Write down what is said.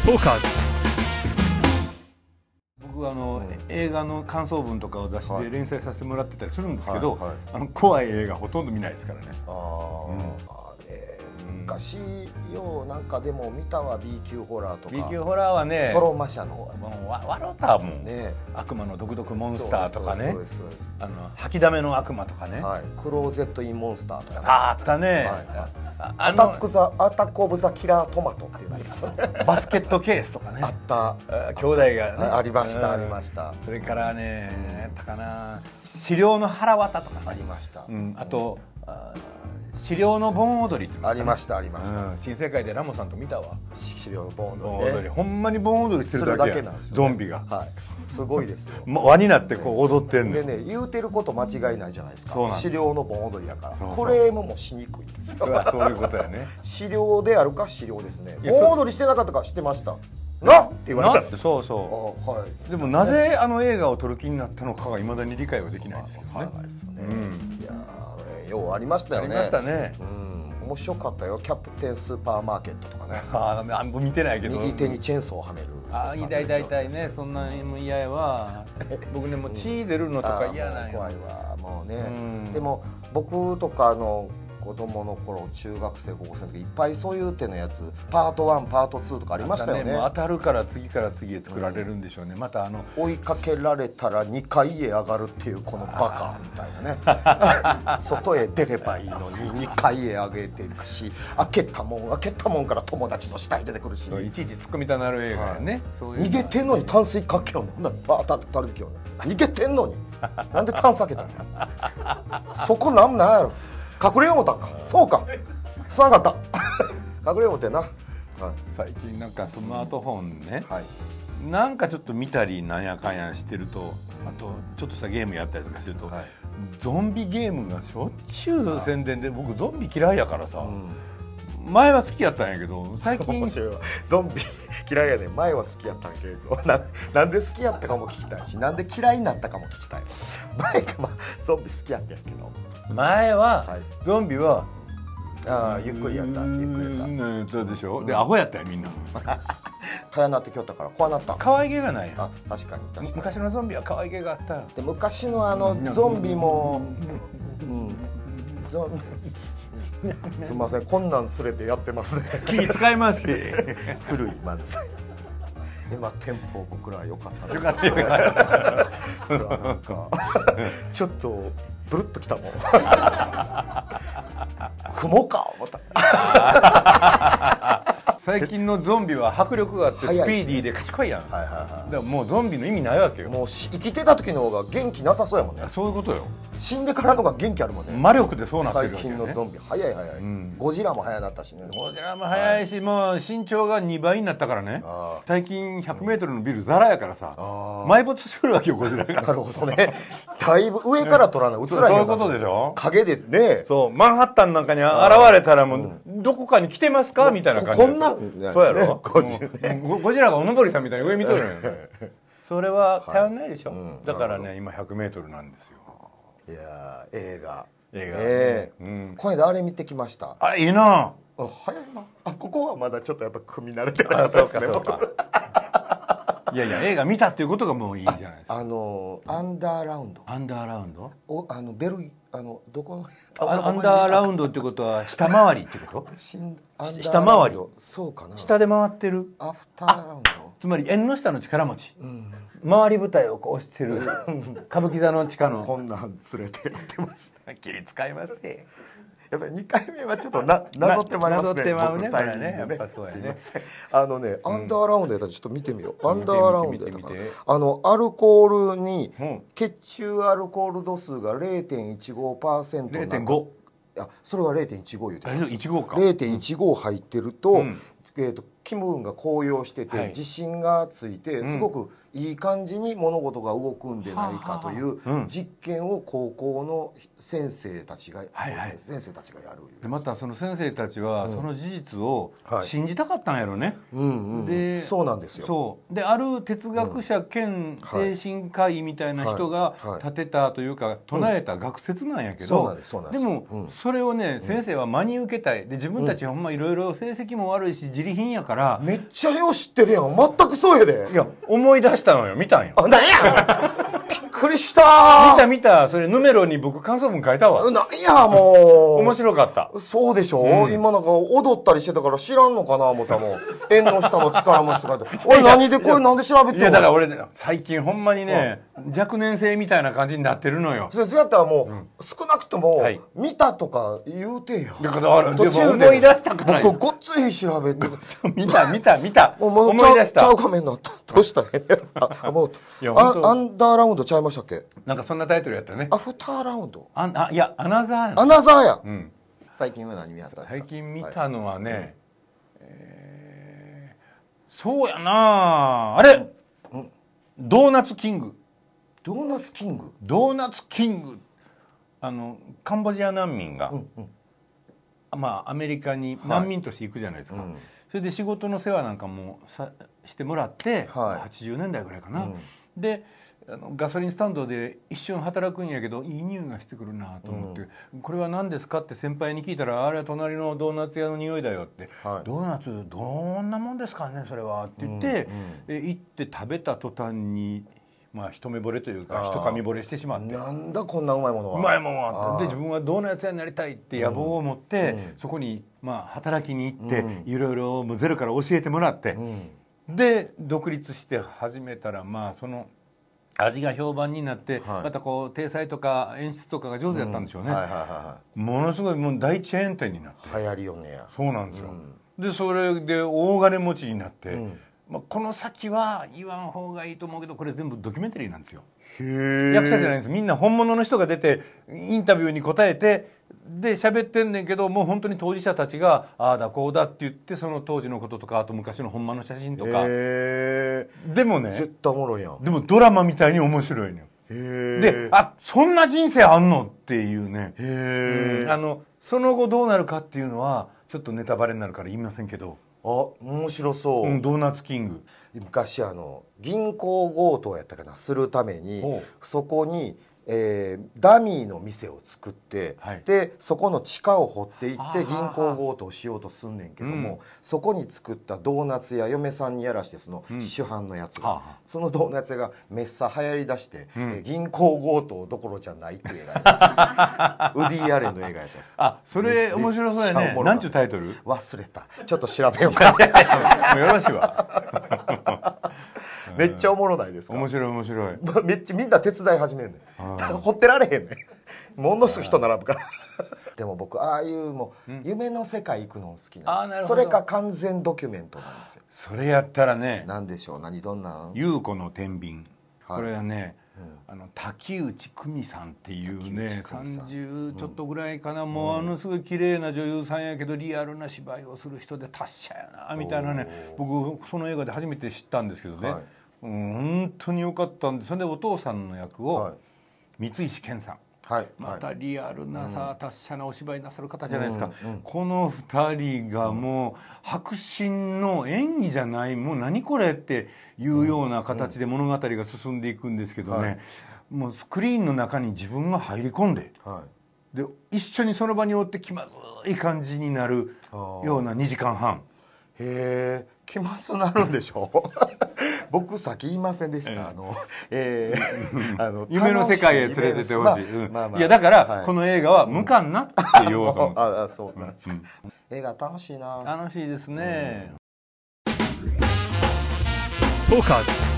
トーカーズ。 僕映画の感想文とかを雑誌で連載させてもらってたりするんですけど、 はいはい、 怖い映画ほとんど見ないですからね。 昔ようなんかでも見たわ B 級ホラーとか。 B 級ホラーはね、 トロマ社のもう笑ったもんね。悪魔の毒々モンスターとかね、吐きだめの悪魔とかね、 はい、クローゼットインモンスターとかね、 あったね、 アタックオブザキラートマトっていうのですね。 バスケットケースとかね、 あった、 兄弟がね、 ありましたありました。 それからね、何やったかな、資料の腹渡とかありました。 あと資料の盆踊りっていうのありましたありました。 新世界でラモさんと見たわ。 資料の盆踊り、 ほんまに盆踊りしてるだけなんですよ、ゾンビが。 はい、すごいですよ。 輪になってこう踊ってんのでね、言うてること間違いないじゃないですか。資料の盆踊りやから、クれレームもしにくいですよ。 そういうことやね。 資料であるか資料ですね。盆踊りしてなかったか知ってましたなって言われた。 そうそう、はい、でもなぜ映画を撮る気になったのかがいまだに理解はできないんですけどね。 いやようありましたよね。 ありましたね。 面白かったよ。キャプテンスーパーマーケットとかね。 見てないけど、 右手にチェーンソーをはめる。 大体ね、そんなにも嫌やわ。僕ね、もう血出るのとか嫌なんよ。 怖いわもうね。でも僕とか子供の頃、中学生高校生の時いっぱいそういう手のやつ、パート1パート2とかありましたよね。 当たるから次から次へ作られるんでしょうね。また追いかけられたら2階へ上がるっていうこのバカみたいなね。外へ出ればいいのに2階へ上げていくし、開けたもんから友達の下に出てくるし、 いちいち突っ込みたなる映画やね。 逃げてんのにタンスかけようの、バーッとる時よね。逃げてんのになんでタンス開けたの。そこなんやろ。隠れよう思ったんか。そうか、つながった。隠れよう思ってんな。 最近なんかスマートフォンね、なんかちょっと見たりなんやかんやしてると、あとちょっとしたゲームやったりとかすると、ゾンビゲームがしょっちゅう宣伝で、僕ゾンビ嫌いやからさ、前は好きやったんやけど、最近ゾンビ嫌いやね。前は好きやったんやけど、なんで好きやったかも聞きたいし、なんで嫌いになったかも聞きたい。前かゾンビ好きやったんやけど、 前はゾンビはゆっくりやった。 そうでしょ。でアホやったよみんな。 早なってきよったから怖なった。 可愛げがない。 確かに昔のゾンビは可愛げがあった。 で昔のゾンビもすみません、こんなん連れてやってますね。 気使いますし。 古い漫才。今テンポ僕ら良かったです。なんかちょっとブルッときたもん。雲か思った。 最近のゾンビは迫力があってスピーディーで賢いやん。だからもうゾンビの意味ないわけよ。 もう生きてた時の方が元気なさそうやもんね。 そういうことよ。 死んでからのが元気あるもんね。 魔力でそうなってるわけよね。 最近のゾンビ早い。ゴジラも早なったしね。 ゴジラも早いし、もう身長が2倍になったからね。最近100メートルのビルザラやからさ、埋没してくるわけよゴジラが。 なるほどね。だいぶ上から撮らない、映らない。 そういうことでしょ。 影でね。 そう、マンハッタンなんかに現れたらもうどこかに来てますかみたいな感じ。こんな、そうやろ。ゴジラがおのぼりさんみたいに上見とるのよ。それは頼んないでしょ。だからね、今100メートルなんですよ。 いや映画この間あれ見てきました。 あれいいな。 早いな。ここはまだちょっとやっぱ組み慣れてなかったですね。 いやいや、映画見たっていうことがもういいじゃないですか。 アンダーラウンド。 アンダーラウンド？ ベルギどこの？ アンダーラウンドってことは下回りってこと？下回り。 そうかな。 下で回ってる。 アフターラウンド。 つまり縁の下の力持ち。回り舞台をこうしてる歌舞伎座の地下の。 こんなん連れてやってます。 気使いますし。 やっぱり2回目はちょっとなぞってまいりますね。 なぞってまうね。これね。やっぱそうやね。 すいません。アンダーラウンドやったらちょっと見てみよう。アンダーラウンドやったから。アルコールに血中アルコール度数が 0.15%。 0.5。 それは 0.15 言うてます。 0.15か。 0.15入ってると、気分が高揚してて自信がついてすごくいい感じに物事が動くんでないかという実験を高校の先生たちがやる。 またその先生たちはその事実を信じたかったんやろね。 でそうなんですよ。 そうで、ある哲学者兼精神科医みたいな人が立てたというか唱えた学説なんやけど、でもそれをね先生は真に受けたいで、自分たちはほんまいろいろ成績も悪いし自利品やかから。 めっちゃよう知ってるやん。全くそうやで。 いや思い出したのよ、見たんよ。 あ、なんやびっくりしたー。 見たそれヌメロに僕感想文書いたわ。 なんやもう面白かった。 そうでしょ、今なんか踊ったりしてたから知らんのかな思ったもん。縁の下の力持ちとかって俺何でこれなんで調べてんの。 いやだから俺最近ほんまにね、若年性みたいな感じになってるのよ。 そうやったらもう、少なくとも、見たとか言うてよ。 だから途中で思い出したから。 僕ごっつい調べて見た思い出した。 ちゃう画面になった。どうしたあ、もうアンダーラウンドちゃいましたっけ。 なんかそんなタイトルやったね。 アフターラウンド。 いやアナザー。 アナザーや。最近は何見たんですか。 最近見たのはね、そうやなあれ、ドーナツキング。 ドーナツキング。 ドーナツキング。カンボジア難民が、まあアメリカに難民として行くじゃないですか。それで仕事の世話なんかもしてもらって、80年代ぐらいかな。でガソリンスタンドで一瞬働くんやけどいい匂いがしてくるなと思って「これは何ですか?」って先輩に聞いたら「あれは隣のドーナツ屋の匂いだよ」って「ドーナツどんなもんですかねそれは」って言って行って食べた途端にまあ一目惚れというか一噛み惚れしてしまって、 なんだこんなうまいものは、 うまいものはで自分はドーナツ屋になりたいって野望を持ってそこにまあ働きに行っていろいろゼロから教えてもらってで独立して始めたらまあその味が評判になって、またこう体裁とか演出とかが上手だったんでしょうね。ものすごいもう大チェーン店になって流行りよねや。 そうなんですよ。でそれで大金持ちになって、この先は言わん方がいいと思うけどこれ全部ドキュメンタリーなんですよ。役者じゃないんです。みんな本物の人が出てインタビューに答えてで喋ってんねんけどもう本当に当事者たちがああだこうだって言ってその当時のこととかあと昔のほんまの写真とかでもね絶対おもろいやん。 でもドラマみたいに面白いのよ。でそんな人生あんのっていうね。その後どうなるかっていうのはちょっとネタバレになるから言いませんけど面白そう、 ドーナツキング。 昔銀行強盗やったかなするためにそこにダミーの店を作って、でそこの地下を掘っていって銀行強盗をしようとすんねんけども、そこに作ったドーナツ屋嫁さんにやらしてその主犯のやつが、そのドーナツ屋がめっさ流行りだして、銀行強盗どころじゃないっていう映画やったウディ・アレンの映画やったです。 それ面白そうやね。なんちゅうタイトル？ 忘れた。ちょっと調べようか。 もうよろしいわ。 めっちゃおもろないですか。 面白い面白い。 めっちゃみんな手伝い始めんねん。掘ってられへんねん。ものすごい人並ぶから。でも僕ああいうもう夢の世界行くの好きなんです。それか完全ドキュメントなんですよ。 それやったらね。 なんでしょう。どんなん？ 優子の天秤。これはね。滝内久美さんっていうね30ちょっとぐらいかな、もうすごい綺麗な女優さんやけどリアルな芝居をする人で達者やなみたいなね。僕その映画で初めて知ったんですけどね、本当に良かったんで、それでお父さんの役を三石健さん、またリアルなさ達者なお芝居なさる方じゃないですか。この2人がもう迫真の演技じゃない、もう何これっていうような形で物語が進んでいくんですけどね、もうスクリーンの中に自分が入り込んで、で一緒にその場におって気まずい感じになるような2時間半。 へえ、気まずなるんでしょ僕さっき言いませんでした。 夢の世界へ連れてってほしい。いやだからこの映画は無感なって言おうと思う。 そうなんですか。映画楽しいな。 楽しいですね。 トーカーズ